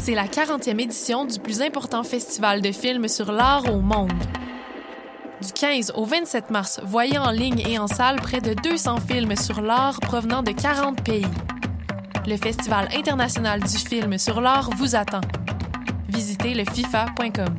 C'est la 40e édition du plus important festival de films sur l'art au monde. Du 15 au 27 mars, voyez en ligne et en salle près de 200 films sur l'art provenant de 40 pays. Le Festival international du film sur l'art vous attend. Visitez le FIFA.com.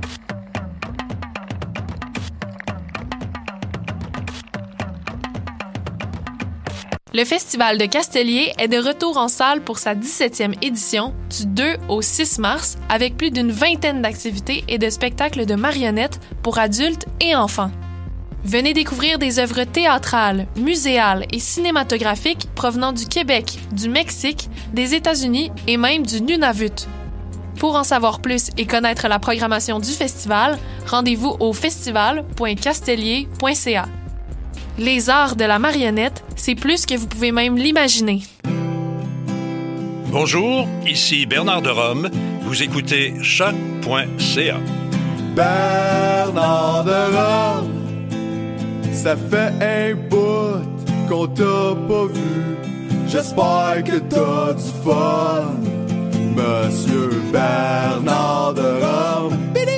Le Festival de Castellier est de retour en salle pour sa 17e édition du 2 au 6 mars avec plus d'une vingtaine d'activités et de spectacles de marionnettes pour adultes et enfants. Venez découvrir des œuvres théâtrales, muséales et cinématographiques provenant du Québec, du Mexique, des États-Unis et même du Nunavut. Pour en savoir plus et connaître la programmation du festival, rendez-vous au festival.castellier.ca. Les arts de la marionnette, c'est plus que vous pouvez même l'imaginer. Bonjour, ici Bernard de Rome. Vous écoutez choc.ca. Bernard de Rome, ça fait un bout qu'on t'a pas vu. J'espère que t'as du fun, Monsieur Bernard de Rome.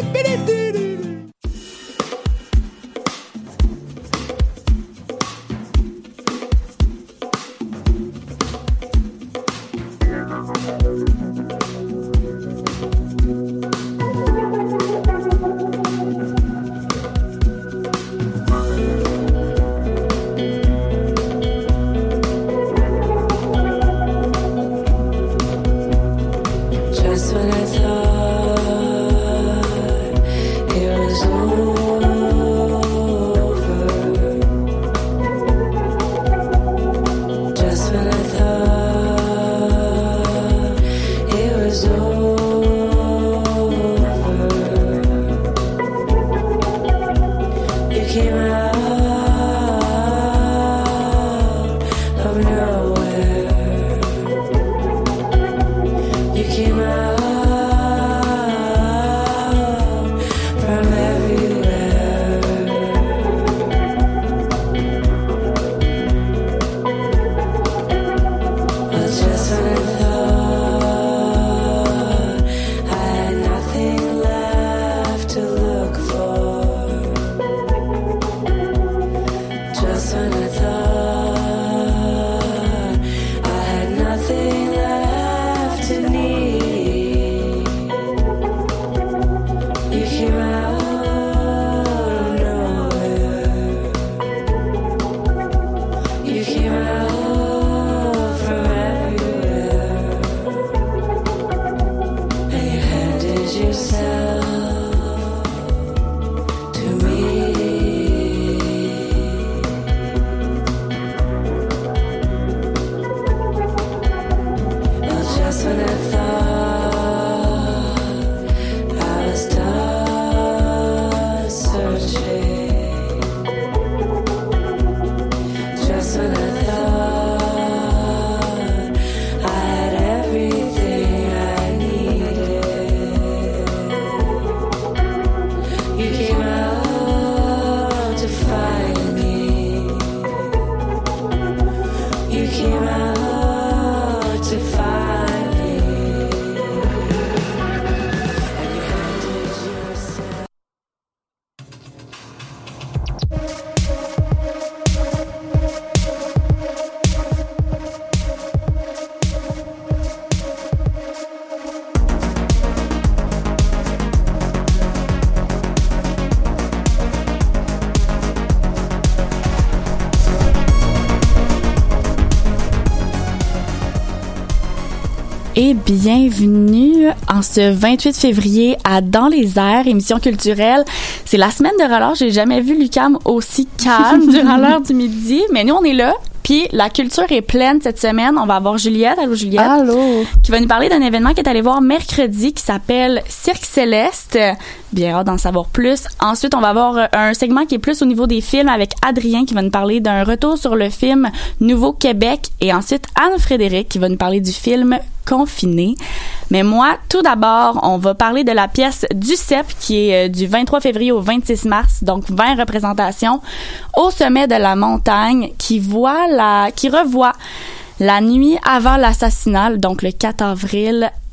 Et bienvenue en ce 28 février à Dans les airs, émission culturelle. C'est la semaine de relâche. J'ai jamais vu l'UQAM aussi calme durant l'heure du midi, mais nous on est là. Puis la culture est pleine cette semaine. On va avoir Juliette. Allô Juliette. Allô. Qui va nous parler d'un événement qu'elle est allée voir mercredi qui s'appelle Cirque Céleste. Bien hâte d'en savoir plus. Ensuite, on va avoir un segment qui est plus au niveau des films avec Adrien qui va nous parler d'un retour sur le film Nouveau-Québec. Et ensuite, Anne-Frédéric qui va nous parler du film Confiné. Mais moi, tout d'abord, on va parler de la pièce du CEP qui est du 23 février au 26 mars, donc 20 représentations au sommet de la montagne qui revoit la nuit avant l'assassinat, donc le 4 avril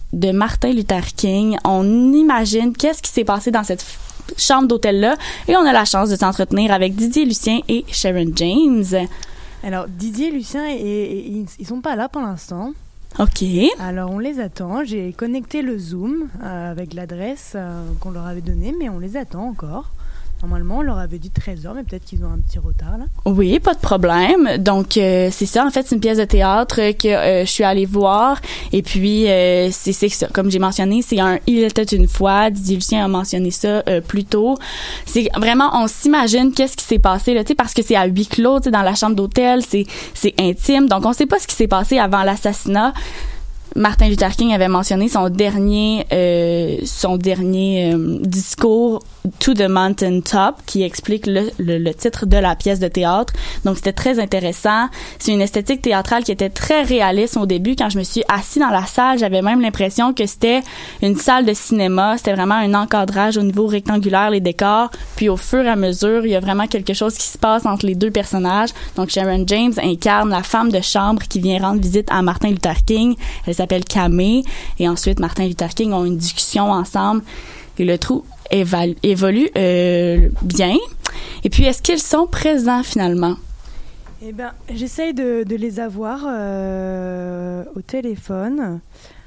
de Martin Luther King. On imagine qu'est-ce qui s'est passé dans cette chambre d'hôtel-là et on a la chance de s'entretenir avec Didier Lucien et Sharon James. Alors, Didier et Lucien, ils sont pas là pour l'instant. OK. Alors, on les attend. J'ai connecté le Zoom avec l'adresse qu'on leur avait donnée, mais on les attend encore. Normalement, on leur avait dit 13h, mais peut-être qu'ils ont un petit retard, là. Oui, pas de problème. Donc, c'est ça. En fait, c'est une pièce de théâtre que je suis allée voir. Et puis, c'est ça. Comme j'ai mentionné, c'est un « Il était une fois ». Didier Lucien a mentionné ça plus tôt. C'est vraiment, on s'imagine qu'est-ce qui s'est passé, là, tu sais, parce que c'est à huis clos, tu sais, dans la chambre d'hôtel, c'est intime. Donc, on sait pas ce qui s'est passé avant l'assassinat. Martin Luther King avait mentionné son dernier discours To the Mountain Top, qui explique le titre de la pièce de théâtre. Donc c'était très intéressant. C'est une esthétique théâtrale qui était très réaliste au début. Quand je me suis assise dans la salle, j'avais même l'impression que c'était une salle de cinéma. C'était vraiment un encadrage au niveau rectangulaire, les décors. Puis au fur et à mesure, il y a vraiment quelque chose qui se passe entre les deux personnages. Donc Sharon James incarne la femme de chambre qui vient rendre visite à Martin Luther King. Elle s'appelle Camé. Et ensuite, Martin Luther King ont une discussion ensemble. Et le trou évolue bien. Et puis, est-ce qu'ils sont présents finalement? Eh ben, j'essaye de les avoir au téléphone.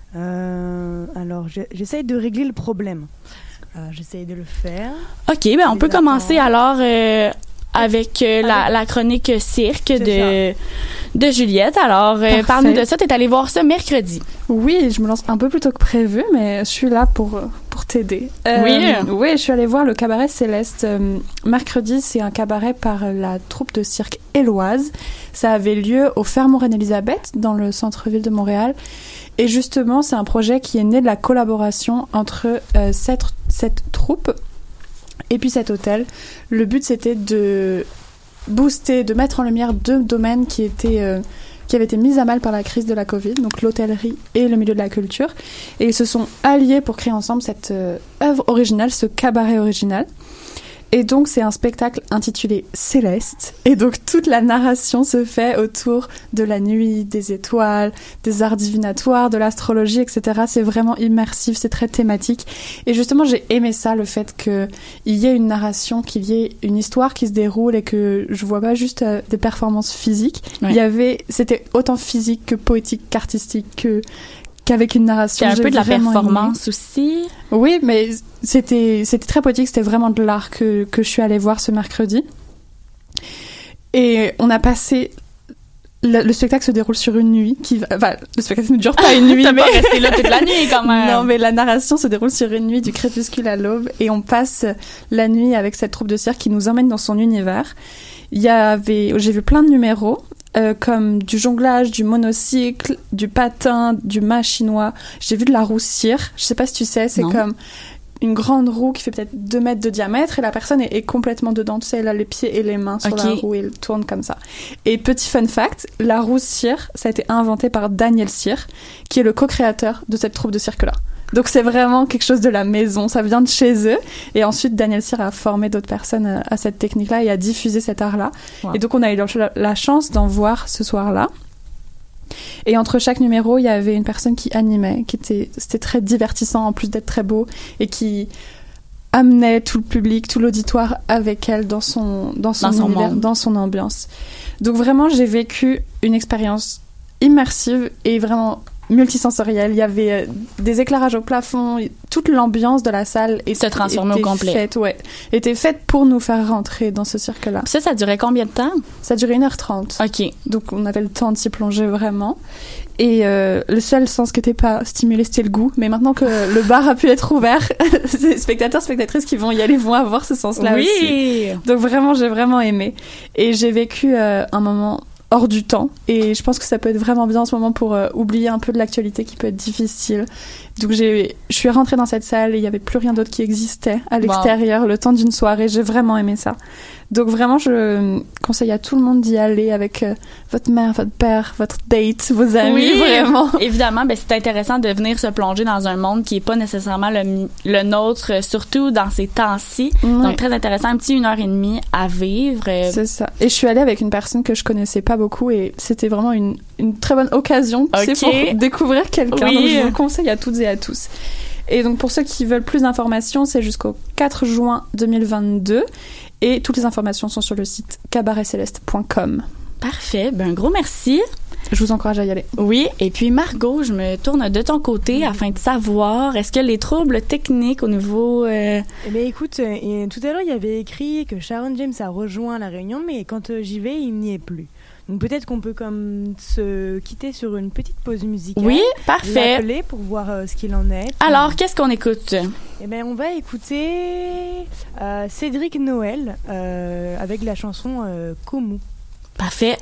Alors, j'essaye de régler le problème. J'essaye de le faire. OK, ben on peut commencer alors avec la chronique cirque de Juliette. Alors, parle-nous de ça. T'es allée voir ça mercredi. Oui, je me lance un peu plus tôt que prévu, mais je suis là pour t'aider. Oui, je suis allée voir le cabaret Céleste. Mercredi, c'est un cabaret par la troupe de cirque Éloise. Ça avait lieu au Fermont Reine-Élisabeth, dans le centre-ville de Montréal. Et justement, c'est un projet qui est né de la collaboration entre cette troupe et puis cet hôtel. Le but, c'était de booster, de mettre en lumière deux domaines qui avaient été mis à mal par la crise de la Covid, donc l'hôtellerie et le milieu de la culture. Et ils se sont alliés pour créer ensemble cette œuvre originale, ce cabaret original. Et donc, c'est un spectacle intitulé Céleste. Et donc, toute la narration se fait autour de la nuit, des étoiles, des arts divinatoires, de l'astrologie, etc. C'est vraiment immersif, c'est très thématique. Et justement, j'ai aimé ça, le fait qu'il y ait une narration, qu'il y ait une histoire qui se déroule et que je vois pas juste des performances physiques. Ouais. C'était autant physique que poétique, qu'artistique, qu'avec une narration. C'est un peu de la performance aussi. Oui, mais c'était très poétique, c'était vraiment de l'art que je suis allée voir ce mercredi. Et on a passé... Le spectacle se déroule sur une nuit. Le spectacle ne dure pas une nuit. T'as pas resté là toute la nuit quand même. Non, mais la narration se déroule sur une nuit du crépuscule à l'aube. Et on passe la nuit avec cette troupe de cirque qui nous emmène dans son univers. J'ai vu plein de numéros. Comme du jonglage, du monocycle, du patin, du mât chinois. J'ai vu de la roue cire. Je sais pas si tu sais, c'est comme une grande roue qui fait peut-être 2 mètres de diamètre et la personne est complètement dedans. Tu sais, elle a les pieds et les mains sur la roue et elle tourne comme ça. Et petit fun fact, la roue cire, ça a été inventé par Daniel Cyr, qui est le co-créateur de cette troupe de cirque-là. Donc c'est vraiment quelque chose de la maison, ça vient de chez eux. Et ensuite, Daniel Cyr a formé d'autres personnes à cette technique-là et a diffusé cet art-là. Wow. Et donc on a eu la chance d'en voir ce soir-là. Et entre chaque numéro, il y avait une personne qui animait, c'était très divertissant en plus d'être très beau et qui amenait tout le public, tout l'auditoire avec elle dans son univers, dans son ambiance. Donc vraiment, j'ai vécu une expérience immersive et vraiment multisensorielle. Il y avait des éclairages au plafond, toute l'ambiance de la salle se transformait au complet. Était faite pour nous faire rentrer dans ce cirque-là. Ça durait combien de temps? Ça durait 1h30. OK. Donc on avait le temps de s'y plonger vraiment. Et le seul sens qui n'était pas stimulé, c'était le goût. Mais maintenant que le bar a pu être ouvert, les spectateurs, spectatrices qui vont y aller vont avoir ce sens-là aussi. Donc vraiment, j'ai vraiment aimé. Et j'ai vécu un moment hors du temps, et je pense que ça peut être vraiment bien en ce moment pour oublier un peu de l'actualité qui peut être difficile. Donc je suis rentrée dans cette salle et il n'y avait plus rien d'autre qui existait à l'extérieur, le temps d'une soirée. J'ai vraiment aimé ça. Donc vraiment, je conseille à tout le monde d'y aller avec votre mère, votre père, votre date, vos amis, vraiment. Évidemment, c'est intéressant de venir se plonger dans un monde qui est pas nécessairement le nôtre, surtout dans ces temps-ci. Donc très intéressant, un petit 1h30 à vivre. C'est ça. Et je suis allée avec une personne que je connaissais pas beaucoup et c'était vraiment une une très bonne occasion c'est pour découvrir quelqu'un. Oui. Donc, je vous le conseille à toutes et à tous. Et donc, pour ceux qui veulent plus d'informations, c'est jusqu'au 4 juin 2022. Et toutes les informations sont sur le site cabaretcéleste.com. Parfait. Ben, un gros merci. Je vous encourage à y aller. Oui. Et puis, Margot, je me tourne de ton côté afin de savoir, est-ce que les troubles techniques au niveau... Eh bien, écoute, tout à l'heure, il y avait écrit que Sharon James a rejoint la réunion, mais quand j'y vais, il n'y est plus. Donc peut-être qu'on peut comme se quitter sur une petite pause musicale. Oui, parfait. L'appeler pour voir ce qu'il en est. Alors, qu'est-ce qu'on écoute? Eh bien, on va écouter Cédric Noël avec la chanson Komu. Parfait.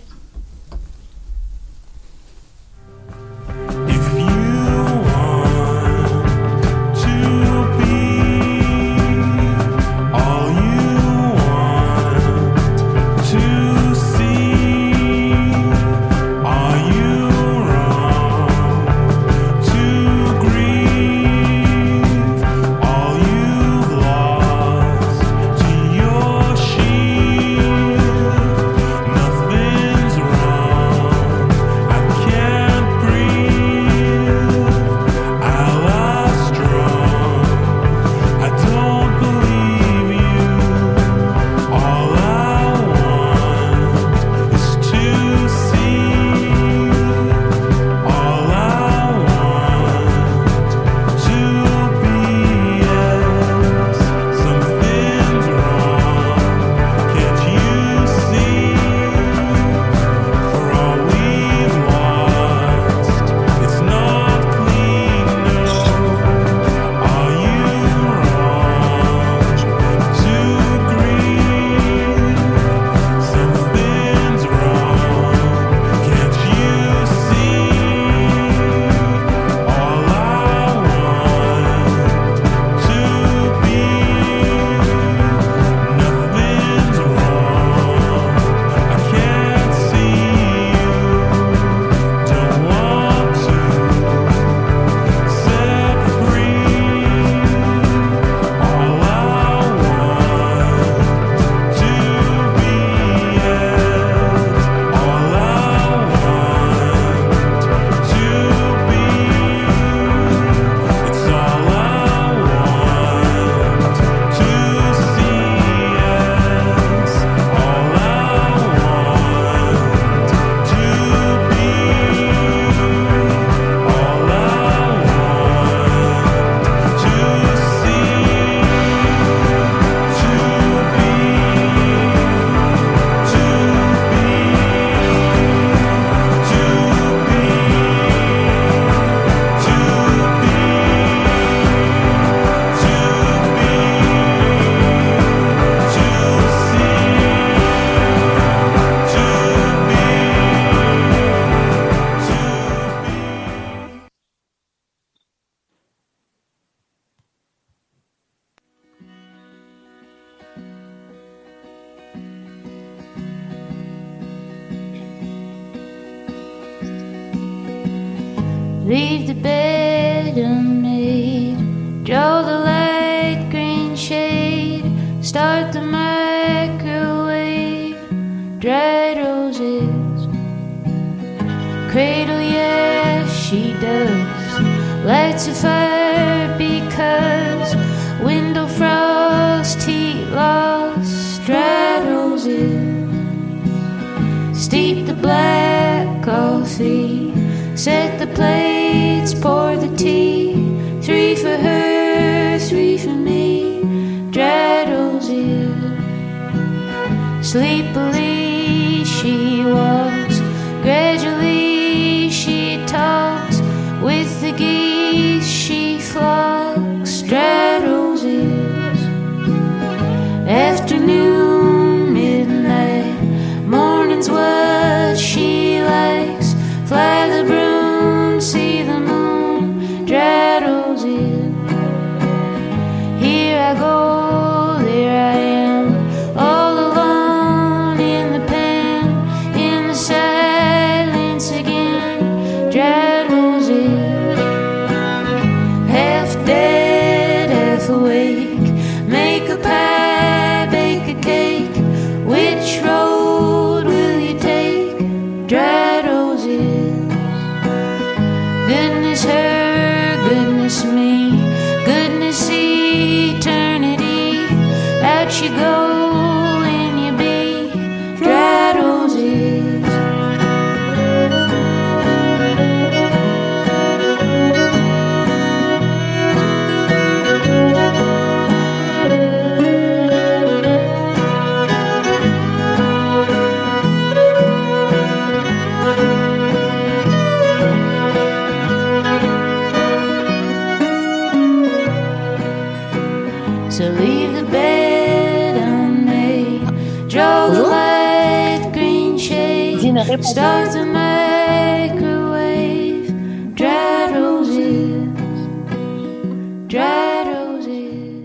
Leave the bed unmade, draw the light green shade, start the microwave, dried roses. Cradle, yeah, she does, lights a fire because window frost, heat loss, dried roses. Steep the black coffee, set the plates, pour the tea. 3 for her, 3 for me. Dried roses. Sleepily she walks, gradually she talks. With the geese she flocks. Dried roses. Afternoon, midnight, morning's what she likes. Fly the broom, see the moon, dried roses. Here I go, there I am, all alone in the pen, in the Show the light green shade. Start the microwave. Dried roses. Dried roses.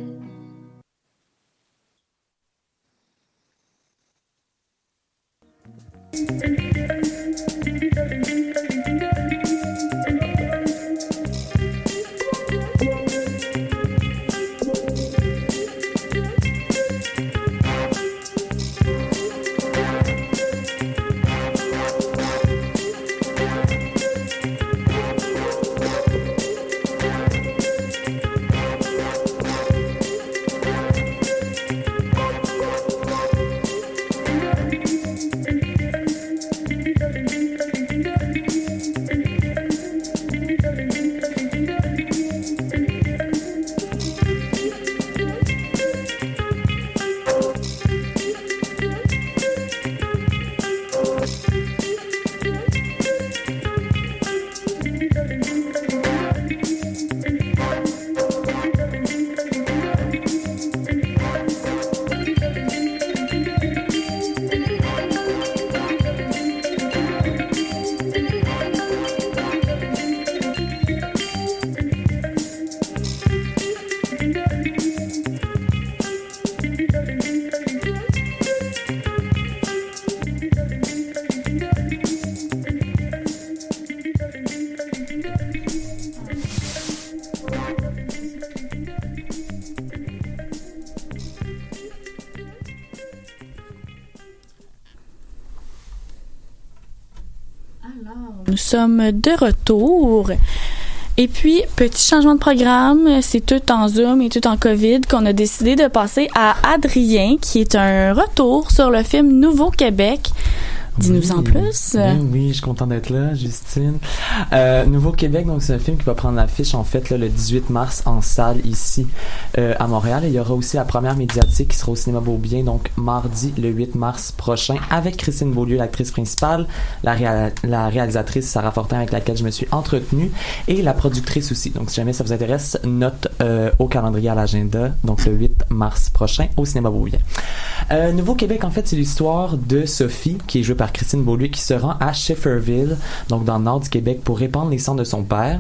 Nous sommes de retour. Et puis, petit changement de programme, c'est tout en Zoom et tout en COVID qu'on a décidé de passer à Adrien, qui est un retour sur le film Nouveau-Québec. Dis-nous en plus. Oui, je suis content d'être là, Justine. Nouveau-Québec, donc c'est un film qui va prendre l'affiche en fait là, le 18 mars en salle ici à Montréal. Et il y aura aussi la première médiatique qui sera au cinéma Beaubien, donc mardi le 8 mars prochain, avec Christine Beaulieu, l'actrice principale, la réalisatrice Sarah Fortin avec laquelle je me suis entretenue, et la productrice aussi. Donc si jamais ça vous intéresse, note au calendrier à l'agenda, donc le 8 mars prochain au cinéma Beaubien. Nouveau-Québec, en fait, c'est l'histoire de Sophie, qui est jouée par Christine Beaulieu, qui se rend à Schefferville, donc dans le nord du Québec, pour répandre les cendres de son père.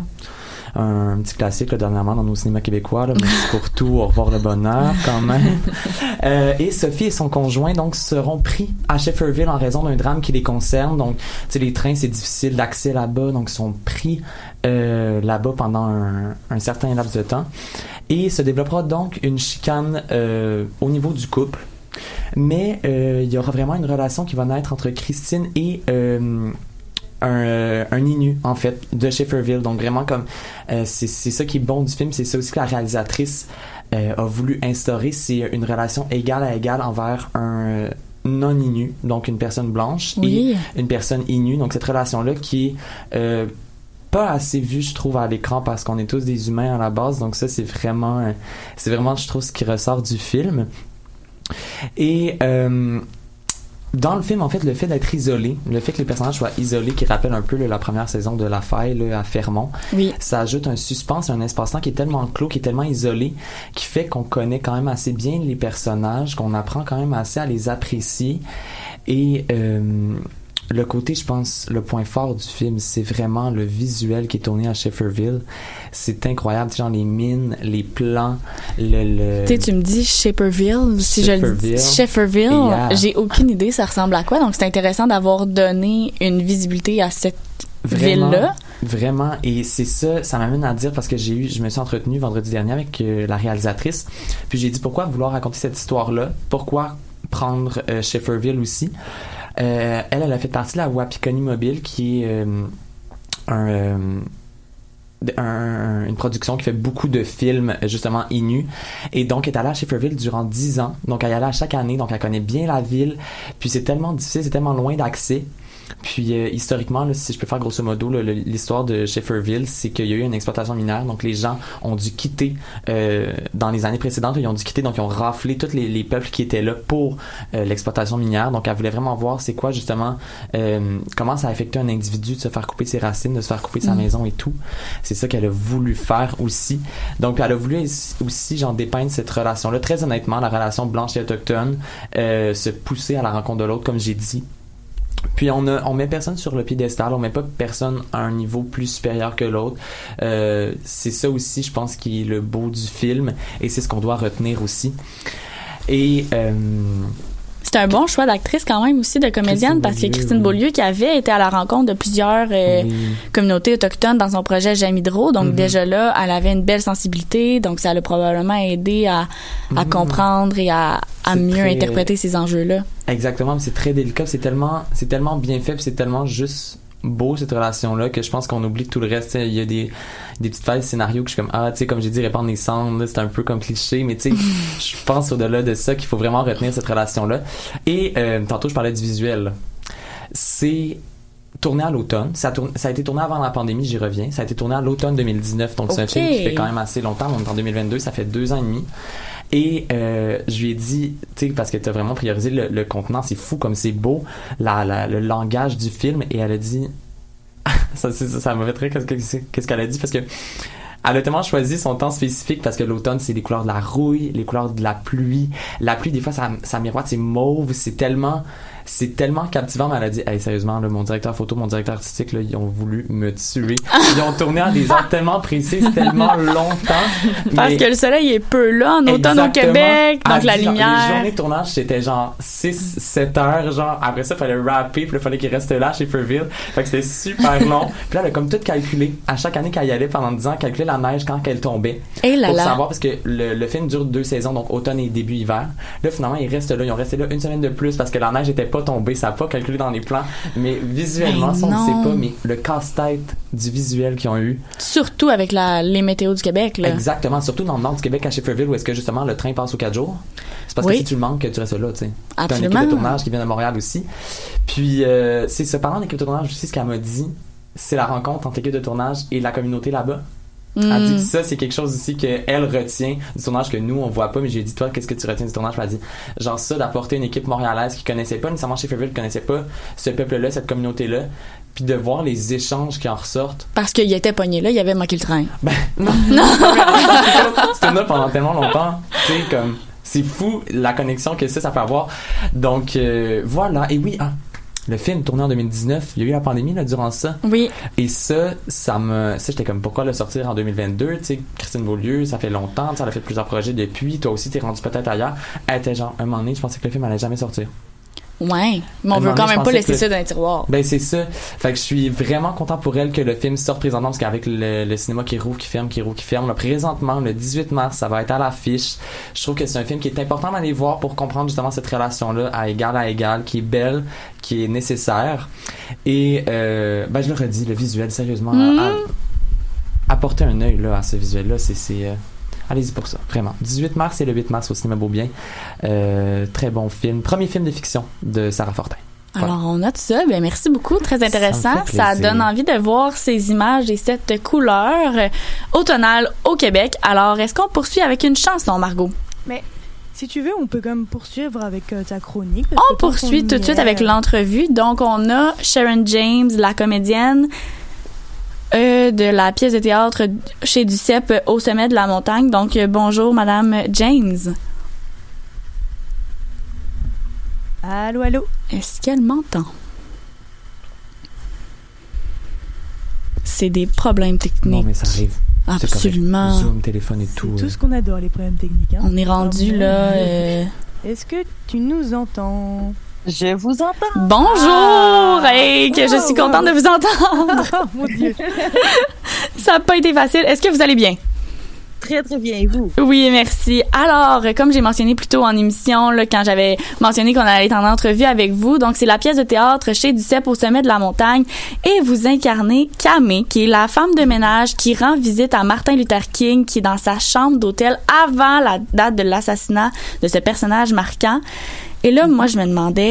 Un petit classique là, dernièrement dans nos cinémas québécois, là, merci pour tout, au revoir le bonheur quand même. Et Sophie et son conjoint donc seront pris à Schefferville en raison d'un drame qui les concerne. Donc, tu sais, les trains, c'est difficile d'accès là-bas, donc ils sont pris là-bas pendant un certain laps de temps. Et se développera donc une chicane au niveau du couple. Mais il y aura vraiment une relation qui va naître entre Christine et un Innu en fait de Schefferville. Donc vraiment comme c'est ça qui est bon du film, c'est ça aussi que la réalisatrice a voulu instaurer, c'est une relation égale à égale envers un non-Innu, donc une personne blanche, oui, et une personne Innu. Donc cette relation-là qui est pas assez vue, je trouve, à l'écran, parce qu'on est tous des humains à la base. Donc ça, c'est vraiment je trouve, ce qui ressort du film. Et dans le film, en fait, le fait d'être isolé, le fait que les personnages soient isolés, qui rappelle un peu la première saison de La Faille là, à Fermont, oui, ça ajoute un suspense, un espace-temps qui est tellement clos, qui est tellement isolé, qui fait qu'on connaît quand même assez bien les personnages, qu'on apprend quand même assez à les apprécier. Et le côté, je pense, le point fort du film, c'est vraiment le visuel qui est tourné à Schefferville. C'est incroyable, genre les mines, les plans, Tu sais, tu me dis Schefferville, si je le dis Schefferville, yeah, j'ai aucune idée ça ressemble à quoi. Donc c'est intéressant d'avoir donné une visibilité à cette ville-là. Vraiment, et c'est ça m'amène à dire, parce que je me suis entretenu vendredi dernier avec la réalisatrice, puis j'ai dit pourquoi vouloir raconter cette histoire-là, pourquoi prendre Schefferville aussi. Elle a fait partie de la Wapikoni Mobile, qui est une production qui fait beaucoup de films justement Innu, et donc elle est allée à Schefferville durant 10 ans, donc elle y allait à chaque année, donc elle connaît bien la ville, puis c'est tellement difficile, c'est tellement loin d'accès Puis historiquement, là, si je peux faire grosso modo là, l'histoire de Schefferville, c'est qu'il y a eu une exploitation minière, donc les gens ont dû quitter dans les années précédentes, ils ont dû quitter, donc ils ont raflé tous les peuples qui étaient là pour l'exploitation minière. Donc elle voulait vraiment voir c'est quoi justement comment ça affectait un individu de se faire couper ses racines, de se faire couper de sa maison et tout. C'est ça qu'elle a voulu faire aussi. Donc elle a voulu aussi genre dépeindre cette relation-là. Très honnêtement, la relation blanche et autochtone, se pousser à la rencontre de l'autre, comme j'ai dit. Puis on met personne sur le piédestal, on met pas personne à un niveau plus supérieur que l'autre. C'est ça aussi, je pense, qui est le beau du film, et c'est ce qu'on doit retenir aussi. Et c'est un bon choix d'actrice quand même aussi, de comédienne, parce que Christine Beaulieu, qui avait été à la rencontre de plusieurs communautés autochtones dans son projet Jamidro, donc déjà là, elle avait une belle sensibilité, donc ça l'a probablement aidé à comprendre et à mieux interpréter ces enjeux-là. Exactement, c'est très délicat, c'est tellement bien fait, puis c'est tellement juste beau cette relation-là que je pense qu'on oublie tout le reste. Il y a des petites phases de scénario que je suis comme tu sais, comme j'ai dit, répandre les cendres, là, c'est un peu comme cliché, mais tu sais, je pense au-delà de ça qu'il faut vraiment retenir cette relation-là. Et tantôt je parlais du visuel. C'est tourné à l'automne. Ça a été tourné avant la pandémie, j'y reviens. Ça a été tourné à l'automne 2019, donc c'est un film qui fait quand même assez longtemps. On est en 2022, ça fait 2 ans et demi. Et je lui ai dit, tu sais, parce que t'as vraiment priorisé le contenant, c'est fou comme c'est beau, le langage du film, et elle a dit, ça m'a fait rire qu'est-ce qu'elle a dit, parce que elle a tellement choisi son temps spécifique, parce que l'automne, c'est les couleurs de la rouille, les couleurs de la pluie. La pluie, des fois, ça miroite, c'est mauve, c'est tellement captivant. Mais elle a dit, hey, sérieusement, là, mon directeur photo, mon directeur artistique, là, ils ont voulu me tuer. Ils ont tourné à des heures tellement précises, tellement longtemps. Parce que le soleil est peu là en automne au Québec, donc la lumière. Les journées de tournage, c'était genre 6-7 heures, genre. Après ça, il fallait rapper, puis il fallait qu'il reste là à Schefferville. Fait que c'était super long. Puis là, elle a comme tout calculé. À chaque année qu'elle y allait pendant 10 ans, calculer la neige quand elle tombait. Et là pour là. savoir, parce que le film dure 2 saisons, donc automne et début hiver. Là, finalement, ils restent là. Ils ont resté là 1 semaine de plus parce que la neige était pas tombée. Ça n'a pas calculé dans les plans. Mais visuellement, ça, on ne sait pas. Mais le casse-tête du visuel qu'ils ont eu. Surtout avec les météos du Québec, là. Exactement. Surtout dans le nord du Québec, à Schefferville, où est-ce que justement le train passe aux 4 jours. C'est parce que si tu le manques, que tu restes là, tu sais. T'as une équipe de tournage qui vient de Montréal aussi. Puis, c'est ça. Parlant d'équipe de tournage aussi, ce qu'elle m'a dit, c'est la rencontre entre l'équipe de tournage et la communauté là-bas. Elle dit que ça, c'est quelque chose aussi qu'elle retient du tournage que nous, on voit pas, mais j'ai dit, toi, qu'est-ce que tu retiens du tournage? Elle a dit, genre ça, d'apporter une équipe montréalaise qui connaissait pas nécessairement Schefferville, qui connaissait pas ce peuple-là, cette communauté-là, puis de voir les échanges qui en ressortent. Parce qu'il était pogné là, il avait manqué le train. Ben, non. C'était là pendant tellement longtemps. Tu sais, comme, c'est fou la connexion que ça peut avoir. Donc, voilà. Et oui, le film tourné en 2019, il y a eu la pandémie là durant ça. Oui. Et ça j'étais comme, pourquoi le sortir en 2022? Tu sais, Christine Beaulieu, ça fait longtemps, elle a fait plusieurs projets depuis, toi aussi t'es rendu peut-être ailleurs. Elle était genre, un moment donné, je pensais que le film allait jamais sortir. Ouais, mais on veut quand même pas laisser ça dans les tiroirs. Ben c'est ça. Fait que je suis vraiment content pour elle que le film sorte présentement, parce qu'avec le cinéma qui rouvre, qui ferme, là, présentement, le 18 mars, ça va être à l'affiche. Je trouve que c'est un film qui est important d'aller voir pour comprendre justement cette relation-là à égal, qui est belle, qui est nécessaire. Et ben je le redis, le visuel, sérieusement, apporter un œil là à ce visuel-là, c'est allez-y pour ça, vraiment. 18 mars et le 8 mars au cinéma Beaubien. Très bon film. Premier film de fiction de Sarah Fortin. Voilà. Alors, on note ça. Ben, merci beaucoup. Très intéressant. Ça donne envie de voir ces images et cette couleur automnale au Québec. Alors, est-ce qu'on poursuit avec une chanson, Margot? Mais si tu veux, on peut quand même poursuivre avec ta chronique. On poursuit tout de suite avec l'entrevue. Donc, on a Sharon James, la comédienne, de la pièce de théâtre chez Duceppe au sommet de la montagne. Donc, bonjour, Madame James. Allô, allô. Est-ce qu'elle m'entend? C'est des problèmes techniques. Non, mais ça arrive. Absolument. Zoom, téléphone et tout. C'est tout ce qu'on adore, les problèmes techniques. Hein. On est rendu là. Est-ce que tu nous entends? Je vous entends. Bonjour! Hey, que je suis contente de vous entendre. Oh mon Dieu. Ça n'a pas été facile. Est-ce que vous allez bien? Très, très bien. Et vous? Oui, merci. Alors, comme j'ai mentionné plus tôt en émission, là, quand j'avais mentionné qu'on allait être en entrevue avec vous, donc c'est la pièce de théâtre chez Duceppe au sommet de la montagne, et vous incarnez Camé, qui est la femme de ménage qui rend visite à Martin Luther King, qui est dans sa chambre d'hôtel avant la date de l'assassinat de ce personnage marquant. Et là, moi, je me demandais,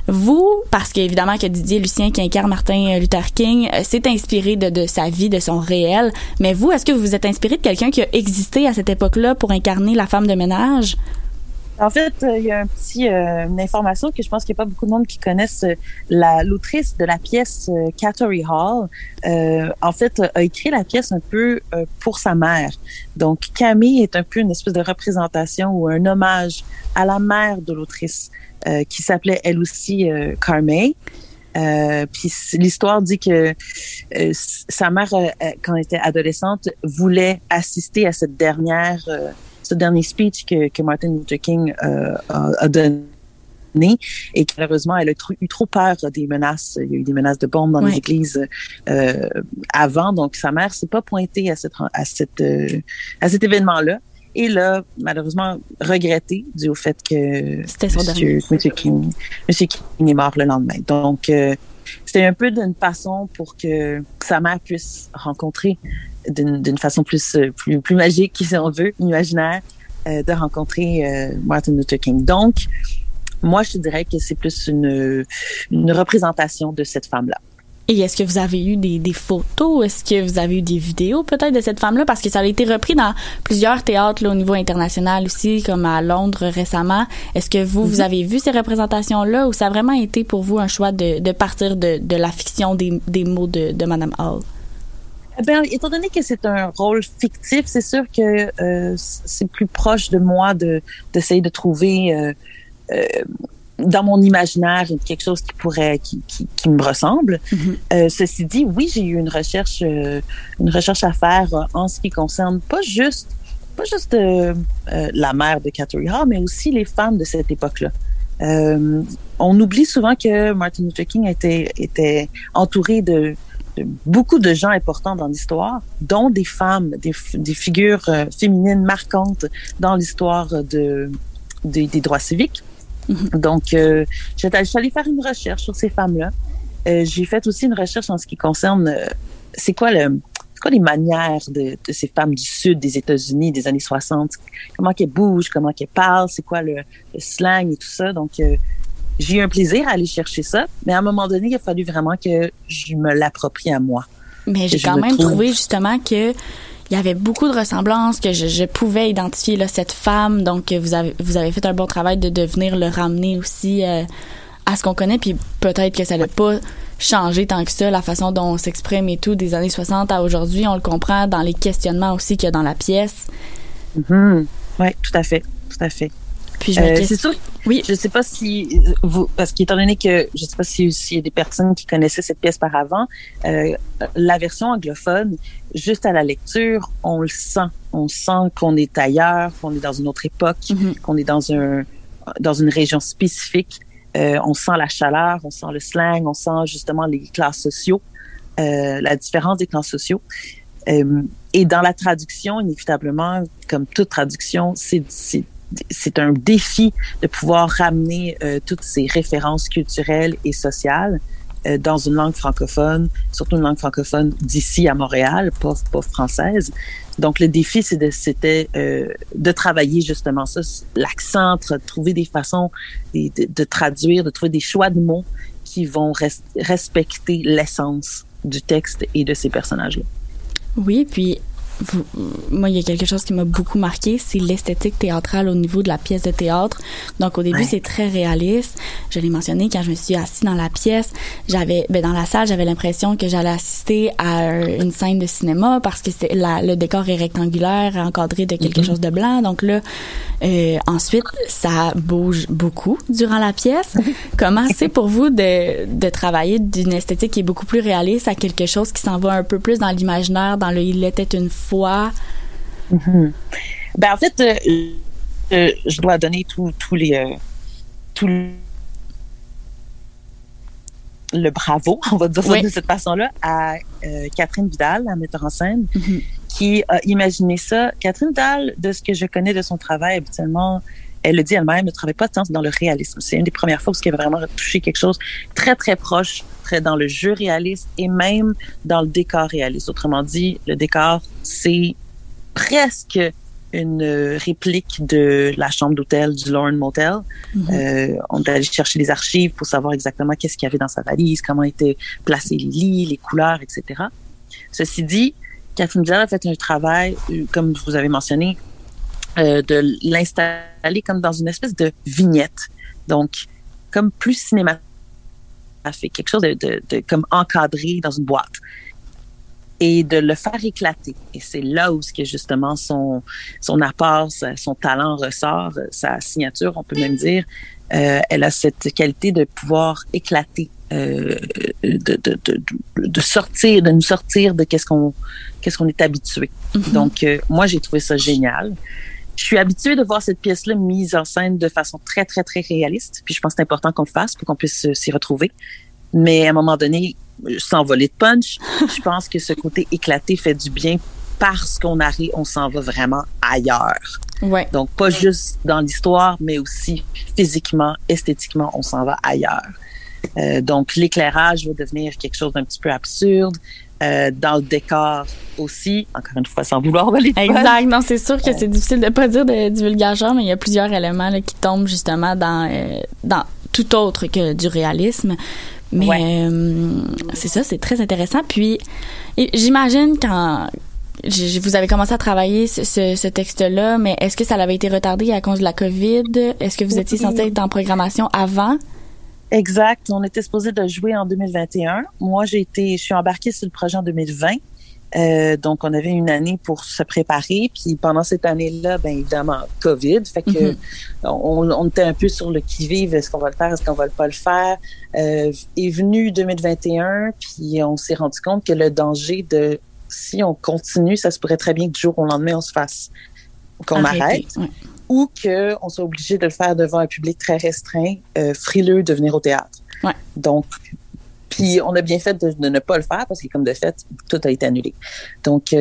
Vous, parce qu'évidemment que Didier Lucien qui incarne Martin Luther King s'est inspiré de sa vie, de son réel, mais vous, est-ce que vous vous êtes inspiré de quelqu'un qui a existé à cette époque-là pour incarner la femme de ménage? En fait, il y a une information que je pense qu'il n'y a pas beaucoup de monde qui connaissent. L'autrice de la pièce, Catherine Hall, en fait, a écrit la pièce un peu pour sa mère. Donc, Camille est un peu une espèce de représentation ou un hommage à la mère de l'autrice, qui s'appelait elle aussi Carmey. Puis l'histoire dit que sa mère, quand elle était adolescente, voulait assister à ce dernier speech que Martin Luther King a donné, et que malheureusement elle a eu trop peur des menaces. Il y a eu des menaces de bombes dans les églises avant, donc sa mère s'est pas pointée à cet événement-là. Et là, malheureusement, regretté dû au fait que Monsieur King est mort le lendemain. Donc, c'était un peu d'une façon pour que sa mère puisse rencontrer d'une façon plus magique, si on veut, imaginaire, de rencontrer Martin Luther King. Donc, moi, je te dirais que c'est plus une représentation de cette femme-là. Et est-ce que vous avez eu des photos? Est-ce que vous avez eu des vidéos peut-être de cette femme-là? Parce que ça a été repris dans plusieurs théâtres là, au niveau international aussi, comme à Londres récemment. Est-ce que vous avez vu ces représentations-là ou ça a vraiment été pour vous un choix de partir de la fiction des mots de Madame Hall? Ben, étant donné que c'est un rôle fictif, c'est sûr que c'est plus proche de moi d'essayer de trouver dans mon imaginaire quelque chose qui me ressemble. Ceci dit, oui, j'ai eu une recherche à faire en ce qui concerne pas juste la mère de Catherine Hall, mais aussi les femmes de cette époque-là. On oublie souvent que Martin Luther King était entouré de beaucoup de gens importants dans l'histoire, dont des femmes, des figures féminines marquantes dans l'histoire des droits civiques. Donc, je suis allée faire une recherche sur ces femmes-là. J'ai fait aussi une recherche en ce qui concerne c'est quoi les manières de ces femmes du sud des États-Unis des années 60, comment qu'elles bougent, comment qu'elles parlent, c'est quoi le slang et tout ça. Donc, j'ai eu un plaisir à aller chercher ça, mais à un moment donné, il a fallu vraiment que je me l'approprie à moi. Mais j'ai quand même trouvé justement que il y avait beaucoup de ressemblances, que je pouvais identifier là, cette femme. Donc, vous avez fait un bon travail de venir le ramener aussi à ce qu'on connaît. Puis peut-être que ça n'a pas changé tant que ça, la façon dont on s'exprime et tout, des années 60 à aujourd'hui. On le comprend dans les questionnements aussi qu'il y a dans la pièce. Oui, tout à fait. Puis c'est sûr. Oui. Je sais pas si parce qu'étant donné que je sais pas s'il y a des personnes qui connaissaient cette pièce par avant, la version anglophone, juste à la lecture, on le sent. On sent qu'on est ailleurs, qu'on est dans une autre époque, qu'on est dans une région spécifique. On sent la chaleur, on sent le slang, on sent justement les classes sociaux, la différence des classes sociaux. Et dans la traduction, inévitablement, comme toute traduction, c'est un défi de pouvoir ramener toutes ces références culturelles et sociales dans une langue francophone, surtout une langue francophone d'ici à Montréal, pas française. Donc, le défi, c'était de travailler justement ça, l'accent, trouver des façons de traduire, de trouver des choix de mots qui vont respecter l'essence du texte et de ces personnages-là. Oui, puis moi, il y a quelque chose qui m'a beaucoup marqué, c'est l'esthétique théâtrale au niveau de la pièce de théâtre. Donc, au début, c'est très réaliste. Je l'ai mentionné quand je me suis assise dans la pièce. Dans la salle, j'avais l'impression que j'allais assister à une scène de cinéma parce que le décor est rectangulaire, encadré de quelque chose de blanc. Donc là, ensuite, ça bouge beaucoup durant la pièce. Comment c'est pour vous de travailler d'une esthétique qui est beaucoup plus réaliste à quelque chose qui s'en va un peu plus dans l'imaginaire, dans le « il était une fois ». Ben en fait, je dois donner tout le bravo, on va dire ça de cette façon-là, à Catherine Vidal, la metteur en scène, qui a imaginé ça. Catherine Vidal, de ce que je connais de son travail, habituellement, elle le dit elle-même, ne travaille pas tant dans le réalisme. C'est une des premières fois où elle a vraiment touché quelque chose très, très proche, très dans le jeu réaliste et même dans le décor réaliste. Autrement dit, le décor, c'est presque une réplique de la chambre d'hôtel du Lorne Motel. On est allé chercher les archives pour savoir exactement qu'est-ce qu'il y avait dans sa valise, comment étaient placés les lits, les couleurs, etc. Ceci dit, Catherine Bigelow a fait un travail, comme vous avez mentionné, de l'installer comme dans une espèce de vignette. Donc, comme plus cinématographique, quelque chose de comme encadré dans une boîte. Et de le faire éclater. Et c'est là où justement son apport, son talent ressort, sa signature, on peut même dire. Elle a cette qualité de pouvoir éclater, de nous sortir de qu'est-ce qu'on est habitué. Donc, moi, j'ai trouvé ça génial. Je suis habituée de voir cette pièce-là mise en scène de façon très, très, très réaliste. Puis je pense que c'est important qu'on le fasse pour qu'on puisse s'y retrouver. Mais à un moment donné, sans voler de punch, je pense que ce côté éclaté fait du bien parce qu'on s'en va vraiment ailleurs. Ouais. Donc, pas juste dans l'histoire, mais aussi physiquement, esthétiquement, on s'en va ailleurs. Donc, l'éclairage va devenir quelque chose d'un petit peu absurde. Dans le décor aussi, encore une fois, sans vouloir voler de punch. Exact. Non, c'est sûr que c'est difficile de pas dire de divulgation, mais il y a plusieurs éléments là, qui tombent justement dans tout autre que du réalisme. Mais c'est ça, c'est très intéressant. Puis, j'imagine quand vous avez commencé à travailler ce texte-là, mais est-ce que ça avait été retardé à cause de la COVID? Est-ce que vous étiez censé être en programmation avant? Exact. On était supposé de jouer en 2021. Moi, je suis embarquée sur le projet en 2020. Donc, on avait une année pour se préparer. Puis pendant cette année-là, bien évidemment, COVID. Fait que on était un peu sur le qui-vive. Est-ce qu'on va le faire? Est-ce qu'on va pas le faire? Est venu 2021, puis on s'est rendu compte que le danger si on continue, ça se pourrait très bien que du jour au lendemain, on se fasse, qu'on arrête. Ouais. Ou qu'on soit obligé de le faire devant un public très restreint, frileux de venir au théâtre. Ouais. Donc, puis on a bien fait de ne pas le faire parce que comme de fait, tout a été annulé. Donc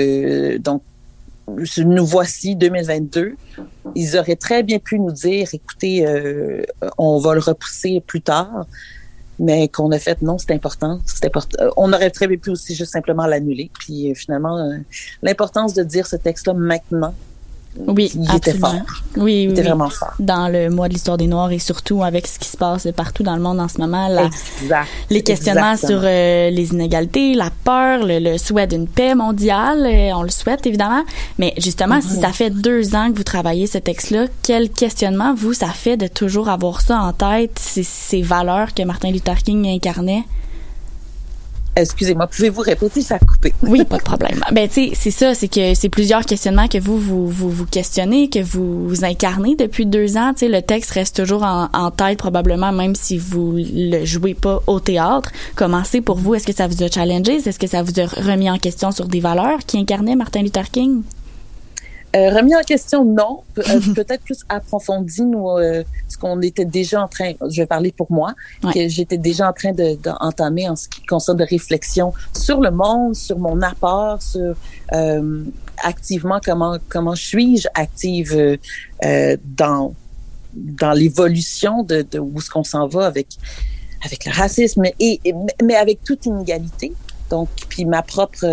nous voici 2022. Ils auraient très bien pu nous dire, écoutez, on va le repousser plus tard, mais qu'on a fait non, c'est important. On aurait très bien pu aussi juste simplement l'annuler. Puis finalement, l'importance de dire ce texte-là maintenant. Oui, il était fort. Oui, il était vraiment fort. Dans le mois de l'histoire des Noirs et surtout avec ce qui se passe partout dans le monde en ce moment, les questionnements sur les inégalités, la peur, le souhait d'une paix mondiale, on le souhaite évidemment. Mais justement, si ça fait 2 ans que vous travaillez ce texte-là, quel questionnement ça fait de toujours avoir ça en tête, ces valeurs que Martin Luther King incarnait? Excusez-moi, pouvez-vous répéter, ça a coupé? Oui, pas de problème. Ben, tu sais, c'est ça, c'est que c'est plusieurs questionnements que vous questionnez, que vous incarnez depuis 2 ans. Tu sais, le texte reste toujours en tête probablement, même si vous le jouez pas au théâtre. Comment c'est pour vous? Est-ce que ça vous a challengé? Est-ce que ça vous a remis en question sur des valeurs qui incarnaient Martin Luther King? Remis en question, non. Peut-être plus approfondi, ce qu'on était déjà en train, je vais parler pour moi, que j'étais déjà en train d'entamer en ce qui concerne de réflexion sur le monde, sur mon apport, sur activement comment suis-je active dans l'évolution de où est-ce qu'on s'en va avec le racisme, mais avec toute inégalité. Donc, puis mes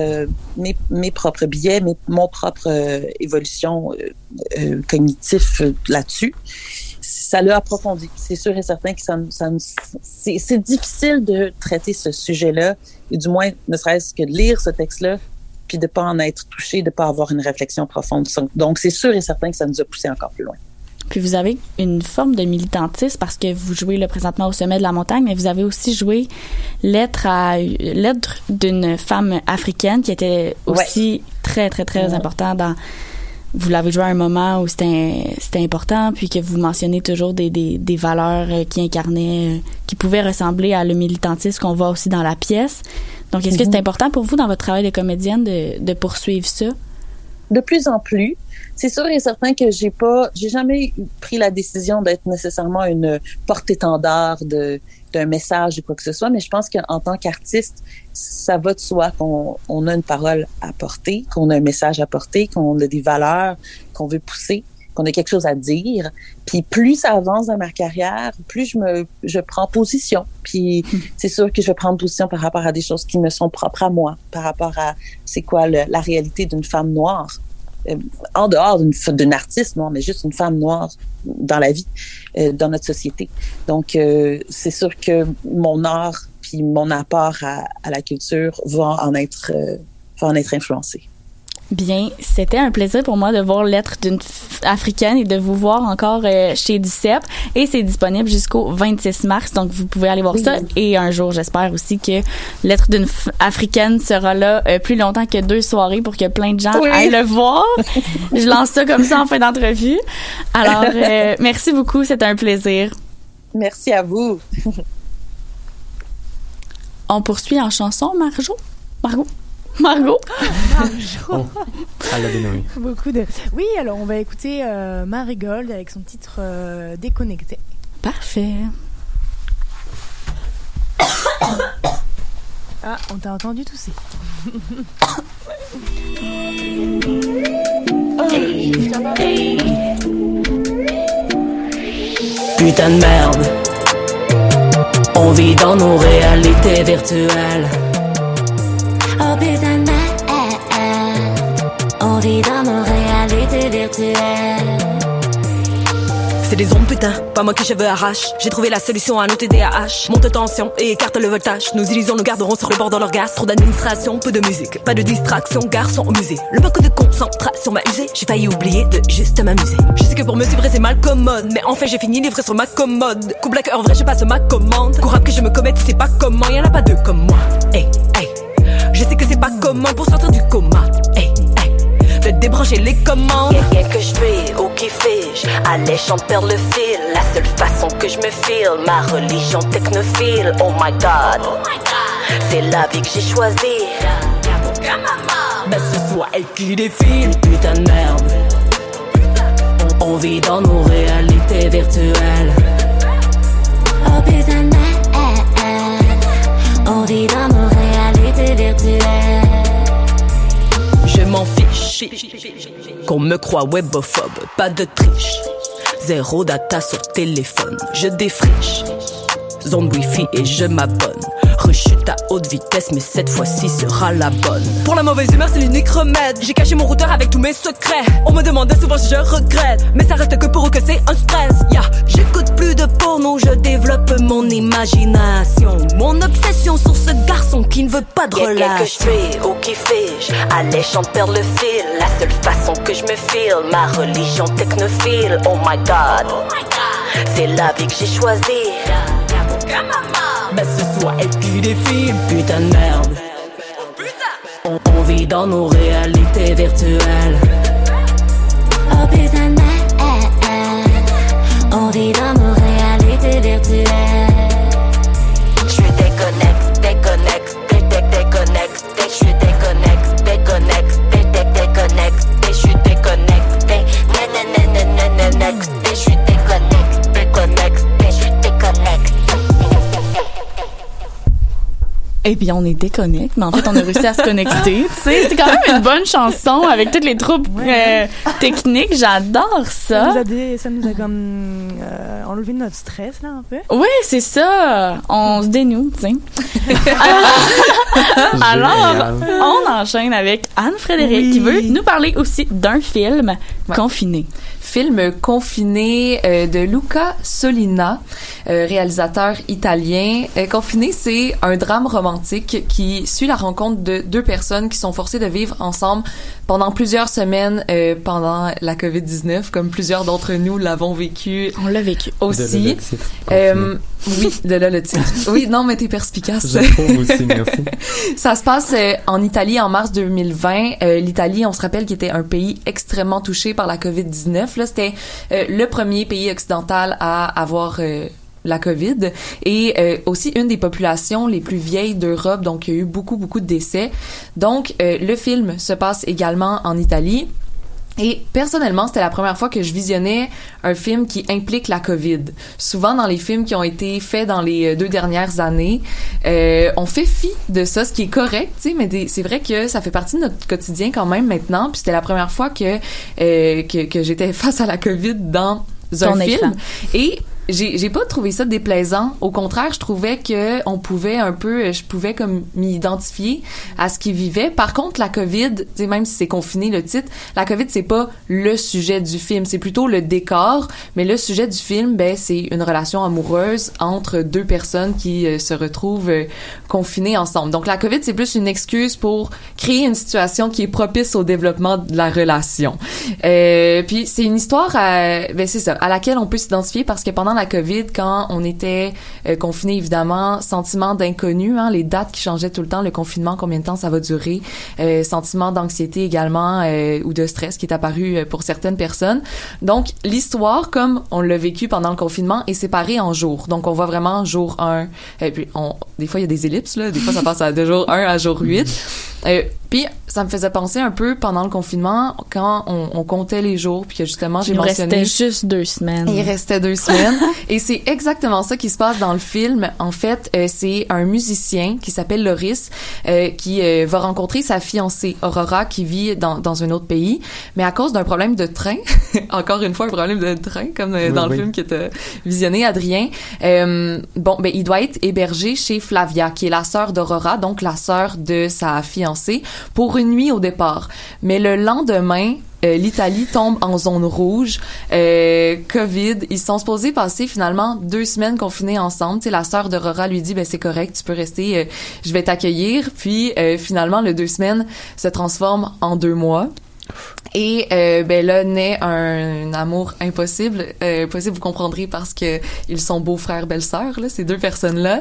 propres biais, mon propre évolution cognitive là-dessus, ça l'a approfondi. C'est sûr et certain que c'est difficile de traiter ce sujet-là, et du moins, ne serait-ce que de lire ce texte-là, puis de pas en être touché, de pas avoir une réflexion profonde. Donc, c'est sûr et certain que ça nous a poussé encore plus loin. Puis vous avez une forme de militantisme parce que vous jouez là présentement au sommet de la montagne, mais vous avez aussi joué Lettre d'une femme africaine qui était aussi très, très, très important dans... Vous l'avez joué à un moment où c'était important, puis que vous mentionnez toujours des valeurs qui incarnaient, qui pouvaient ressembler à le militantisme qu'on voit aussi dans la pièce. Donc, est-ce que c'est important pour vous dans votre travail de comédienne de poursuivre ça? De plus en plus. C'est sûr et certain que j'ai jamais pris la décision d'être nécessairement une porte-étendard d'un message ou quoi que ce soit, mais je pense qu'en tant qu'artiste, ça va de soi qu'on a une parole à porter, qu'on a un message à porter, qu'on a des valeurs qu'on veut pousser, qu'on a quelque chose à dire. Puis plus ça avance dans ma carrière, plus je prends position. Puis c'est sûr que je vais prendre position par rapport à des choses qui me sont propres à moi, par rapport à c'est quoi la réalité d'une femme noire. en dehors d'une artiste noire, mais juste une femme noire dans la vie, dans notre société. Donc, c'est sûr que mon art puis mon apport à la culture va en être influencé. Bien, c'était un plaisir pour moi de voir Lettres d'une africaine et de vous voir encore chez Duceppe. Et c'est disponible jusqu'au 26 mars, donc vous pouvez aller voir ça. Et un jour, j'espère aussi que Lettres d'une africaine sera là plus longtemps que 2 soirées pour que plein de gens aillent le voir. Je lance ça comme ça en fin d'entrevue. Alors, merci beaucoup, c'était un plaisir. Merci à vous. On poursuit en chanson, Margot. Oh, elle l'a dénommé. Oui, alors on va écouter Marigold avec son titre Déconnecté. Parfait. Ah, on t'a entendu tousser. Putain de merde. On vit dans nos réalités virtuelles. Oh putain de merde, on vit dans nos réalités virtuelles. C'est des ondes putain, pas moi qui cheveux arrache. J'ai trouvé la solution à nos TDAH. Monte tension et écarte le voltage. Nos illusions nous garderont sur le bord de l'orgasme. Trop d'administration, peu de musique, pas de distraction, garçon au musée. Le manque de concentration m'a usé. J'ai failli oublier de juste m'amuser. Je sais que pour me suivre c'est mal commode, mais en fait j'ai fini livré sur ma commode. Coup black, en vrai je passe ma commande. Courable que je me commette, c'est pas comment, y'en a pas deux comme moi. Hey, hey. Je sais que c'est pas commun pour sortir du coma. Hey, hey. De débrancher les commandes. Rien que je fais ou qui fais-je, alléchante perd le fil. La seule façon que je me file, ma religion technophile. Oh my god, c'est la vie que j'ai choisie. Ben ce soit elle qui défile. Putain de merde. On vit dans nos réalités virtuelles. Oh putain de merde, on vit dans nos réalités virtuelles. Je m'en fiche qu'on me croit webophobe, pas de triche. Zéro data sur téléphone, je défriche. Zone wifi et je m'abonne. Rechute à haute vitesse, mais cette fois-ci sera la bonne. Pour la mauvaise humeur, c'est l'unique remède. J'ai caché mon routeur avec tous mes secrets. On me demandait souvent si je regrette, mais ça reste que pour eux que c'est un stress. J'écoute plus de porno, je développe mon imagination. Mon obsession sur ce garçon qui ne veut pas de relation. Rien que je fais ou qui fais-je, alléchante perd le fil. La seule façon que je me file, ma religion technophile. Oh my god, c'est la vie que j'ai choisie. Ben ce soit elle qui défile. Putain de merde. On vit dans nos réalités virtuelles. Oh putain de merde, on vit dans nos réalités virtuelles. Je suis déconnecté. Je suis déconnecté. Je suis déconnecté. Je suis déconnecté. Et puis on est déconnecté, mais en fait on a réussi à se connecter. Tu sais, c'est quand même une bonne chanson avec toutes les troupes techniques. J'adore ça. Ça nous a comme enlevé notre stress là un peu. Oui, c'est ça. On se dénoue, tu sais. Alors, on enchaîne avec Anne-Frédérique qui veut nous parler aussi d'un film Confiné. Film Confiné de Luca Solina, réalisateur italien. Confiné, c'est un drame romantique qui suit la rencontre de 2 personnes qui sont forcées de vivre ensemble pendant plusieurs semaines pendant la COVID-19, comme plusieurs d'entre nous l'avons vécu. On l'a vécu aussi. Oui, de là le titre. Oui, non, mais t'es perspicace. Je trouve aussi, merci. Ça se passe en Italie en mars 2020. L'Italie, on se rappelle qu'il était un pays extrêmement touché par la COVID-19. Là, c'était le premier pays occidental à avoir la COVID et aussi une des populations les plus vieilles d'Europe, donc il y a eu beaucoup de décès. Donc, le film se passe également en Italie. Et personnellement, c'était la première fois que je visionnais un film qui implique la COVID. Souvent, dans les films qui ont été faits dans les 2 dernières années, on fait fi de ça, ce qui est correct, tu sais, mais c'est vrai que ça fait partie de notre quotidien quand même maintenant. Puis c'était la première fois que j'étais face à la COVID dans un film. Et j'ai pas trouvé ça déplaisant. Au contraire, je trouvais que je pouvais comme m'y identifier à ce qu'ils vivaient. Par contre, la COVID, tu sais, même si c'est confiné le titre, la COVID, c'est pas le sujet du film, c'est plutôt le décor. Mais le sujet du film, ben, c'est une relation amoureuse entre deux personnes qui se retrouvent confinées ensemble. Donc, la COVID, c'est plus une excuse pour créer une situation qui est propice au développement de la relation. Puis, c'est une histoire c'est ça, à laquelle on peut s'identifier parce que pendant la COVID, quand on était confiné, évidemment, sentiment d'inconnu, hein, les dates qui changeaient tout le temps, le confinement, combien de temps ça va durer, sentiment d'anxiété également ou de stress qui est apparu pour certaines personnes. Donc, l'histoire, comme on l'a vécu pendant le confinement, est séparée en jours. Donc, on voit vraiment jour 1, puis des fois, il y a des ellipses, là, des fois, ça passe de jour 1 à jour 8. Puis, ça me faisait penser un peu pendant le confinement, quand on comptait les jours, puis que justement, j'ai mentionné... Il restait juste 2 semaines. Il restait 2 semaines. Et c'est exactement ça qui se passe dans le film. En fait, c'est un musicien qui s'appelle Loris, qui va rencontrer sa fiancée, Aurora, qui vit dans un autre pays. Mais à cause d'un problème de train, encore une fois, un problème de train, comme dans le film qui était visionné, Adrien, il doit être hébergé chez Flavia, qui est la sœur d'Aurora, donc la sœur de sa fiancée, pour une nuit au départ. Mais le lendemain, l'Italie tombe en zone rouge, COVID. Ils sont supposés passer finalement 2 semaines confinés ensemble. Tu sais, la sœur d'Aurora lui dit, c'est correct, tu peux rester, je vais t'accueillir. Puis finalement, le 2 semaines se transforme en 2 mois. Et là naît un amour impossible, vous comprendrez parce que ils sont beaux-frères belle-sœurs là, ces deux personnes-là.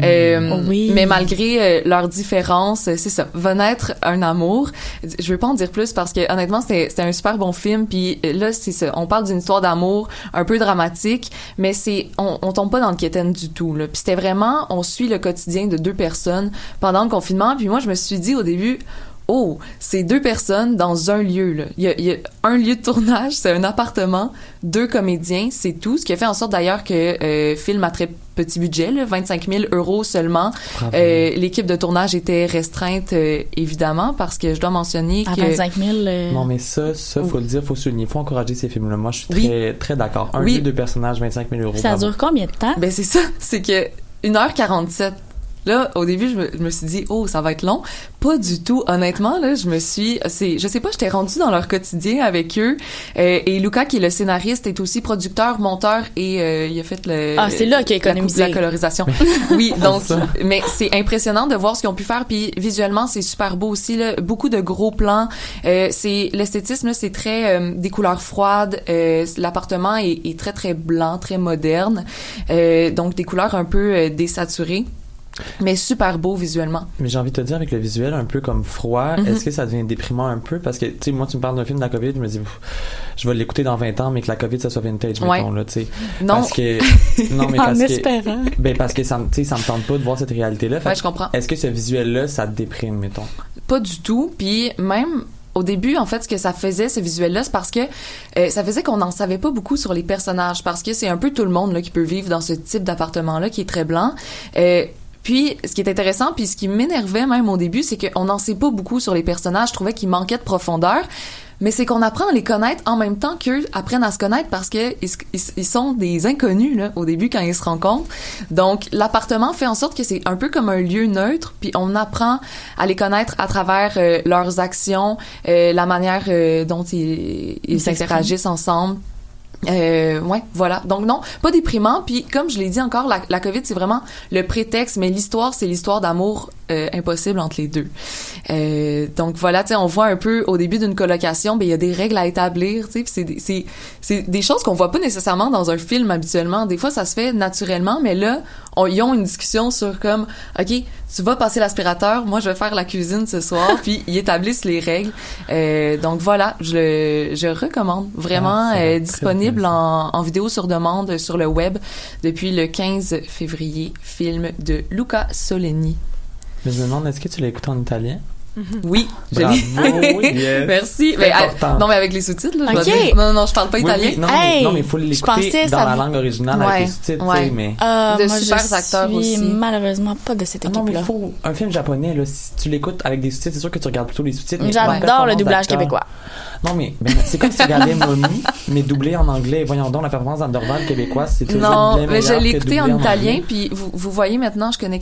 Mais malgré leurs différences, c'est ça, va naître un amour. Je veux pas en dire plus parce que honnêtement c'était un super bon film. Puis là c'est ça, on parle d'une histoire d'amour un peu dramatique, mais on tombe pas dans le quétaine du tout là. Puis c'était vraiment, on suit le quotidien de 2 personnes pendant le confinement. Puis moi je me suis dit au début, c'est 2 personnes dans un lieu, là. Il y a un lieu de tournage, c'est un appartement, 2 comédiens, c'est tout. Ce qui a fait en sorte d'ailleurs que film à très petit budget, là, 25 000 € seulement. L'équipe de tournage était restreinte, évidemment, parce que je dois mentionner que... 25 000... Non, mais ça, faut le dire, faut souligner, faut encourager ces films-là. Moi, je suis très, très d'accord. Un lieu, 2 personnages, 25 000 €. Ça dure combien de temps? Ben, c'est ça. C'est que 1h47. Là, au début, je me suis dit, ça va être long. Pas du tout. Honnêtement, là, je sais pas, j'étais rendue dans leur quotidien avec eux. Et Luca, qui est le scénariste, est aussi producteur, monteur et il a fait c'est là qu'il a économisé la colorisation. Oui, donc, mais c'est impressionnant de voir ce qu'ils ont pu faire. Puis visuellement, c'est super beau aussi, là. Beaucoup de gros plans. L'esthétisme, là, c'est très des couleurs froides. L'appartement est très, très blanc, très moderne. Donc, des couleurs un peu désaturées. Mais super beau visuellement. Mais j'ai envie de te dire, avec le visuel un peu comme froid, est-ce que ça devient déprimant un peu? Parce que, tu sais, moi, tu me parles d'un film de la COVID, je me dis, je vais l'écouter dans 20 ans, mais que la COVID, ça soit vintage, mettons, là, tu sais. Non. Parce que... Non, mais en espérant. Parce que ça me tente pas de voir cette réalité-là. Ouais, je comprends. Est-ce que ce visuel-là, ça te déprime, mettons? Pas du tout. Puis même... Au début, en fait, ce que ça faisait, ce visuel-là, c'est parce que ça faisait qu'on n'en savait pas beaucoup sur les personnages, parce que c'est un peu tout le monde là qui peut vivre dans ce type d'appartement-là qui est très blanc. Puis, ce qui est intéressant, puis ce qui m'énervait même au début, c'est qu'on n'en sait pas beaucoup sur les personnages. Je trouvais qu'ils manquaient de profondeur. Mais c'est qu'on apprend à les connaître en même temps qu'eux apprennent à se connaître parce que ils sont des inconnus là au début quand ils se rencontrent. Donc l'appartement fait en sorte que c'est un peu comme un lieu neutre, puis on apprend à les connaître à travers leurs actions, la manière dont ils interagissent ensemble. Voilà. Donc non, pas déprimant. Puis comme je l'ai dit encore, la COVID c'est vraiment le prétexte, mais l'histoire c'est l'histoire d'amour impossible entre les deux. Donc voilà, tu sais, on voit un peu au début d'une colocation, il y a des règles à établir, tu sais, c'est des choses qu'on voit pas nécessairement dans un film habituellement. Des fois ça se fait naturellement, mais là ils ont une discussion sur comme OK, tu vas passer l'aspirateur, moi je vais faire la cuisine ce soir, puis ils établissent les règles. Donc voilà, je recommande vraiment, disponible en vidéo sur demande sur le web depuis le 15 février, film de Luca Soleni. Mais je me demande, est-ce que tu l'as écouté en italien? Oui, Bravo, yes. Merci. C'est Mais, important. non, mais avec les sous-titres, là, je Ok. vais dire. Non, je parle pas Oui, italien. oui, non, Hey, mais il faut je l'écouter pensais dans ça la vous- langue originale Ouais, avec les sous-titres, ouais. tu sais, mais... De moi, super je acteurs suis aussi. malheureusement pas de cette Ah non, mais équipe-là. il faut un film japonais, là, si tu l'écoutes avec des sous-titres, c'est sûr que tu regardes plutôt les sous-titres. mais J'adore la le performance doublage d'acteur- québécois. Non, mais c'est comme si tu regardais Mommy, mais doublé en anglais. Voyons donc, la performance d'Andorval québécoise, c'est toujours Non, bien mais je meilleur l'ai que écouté doublé en italien, anglais. puis vous voyez maintenant, je connais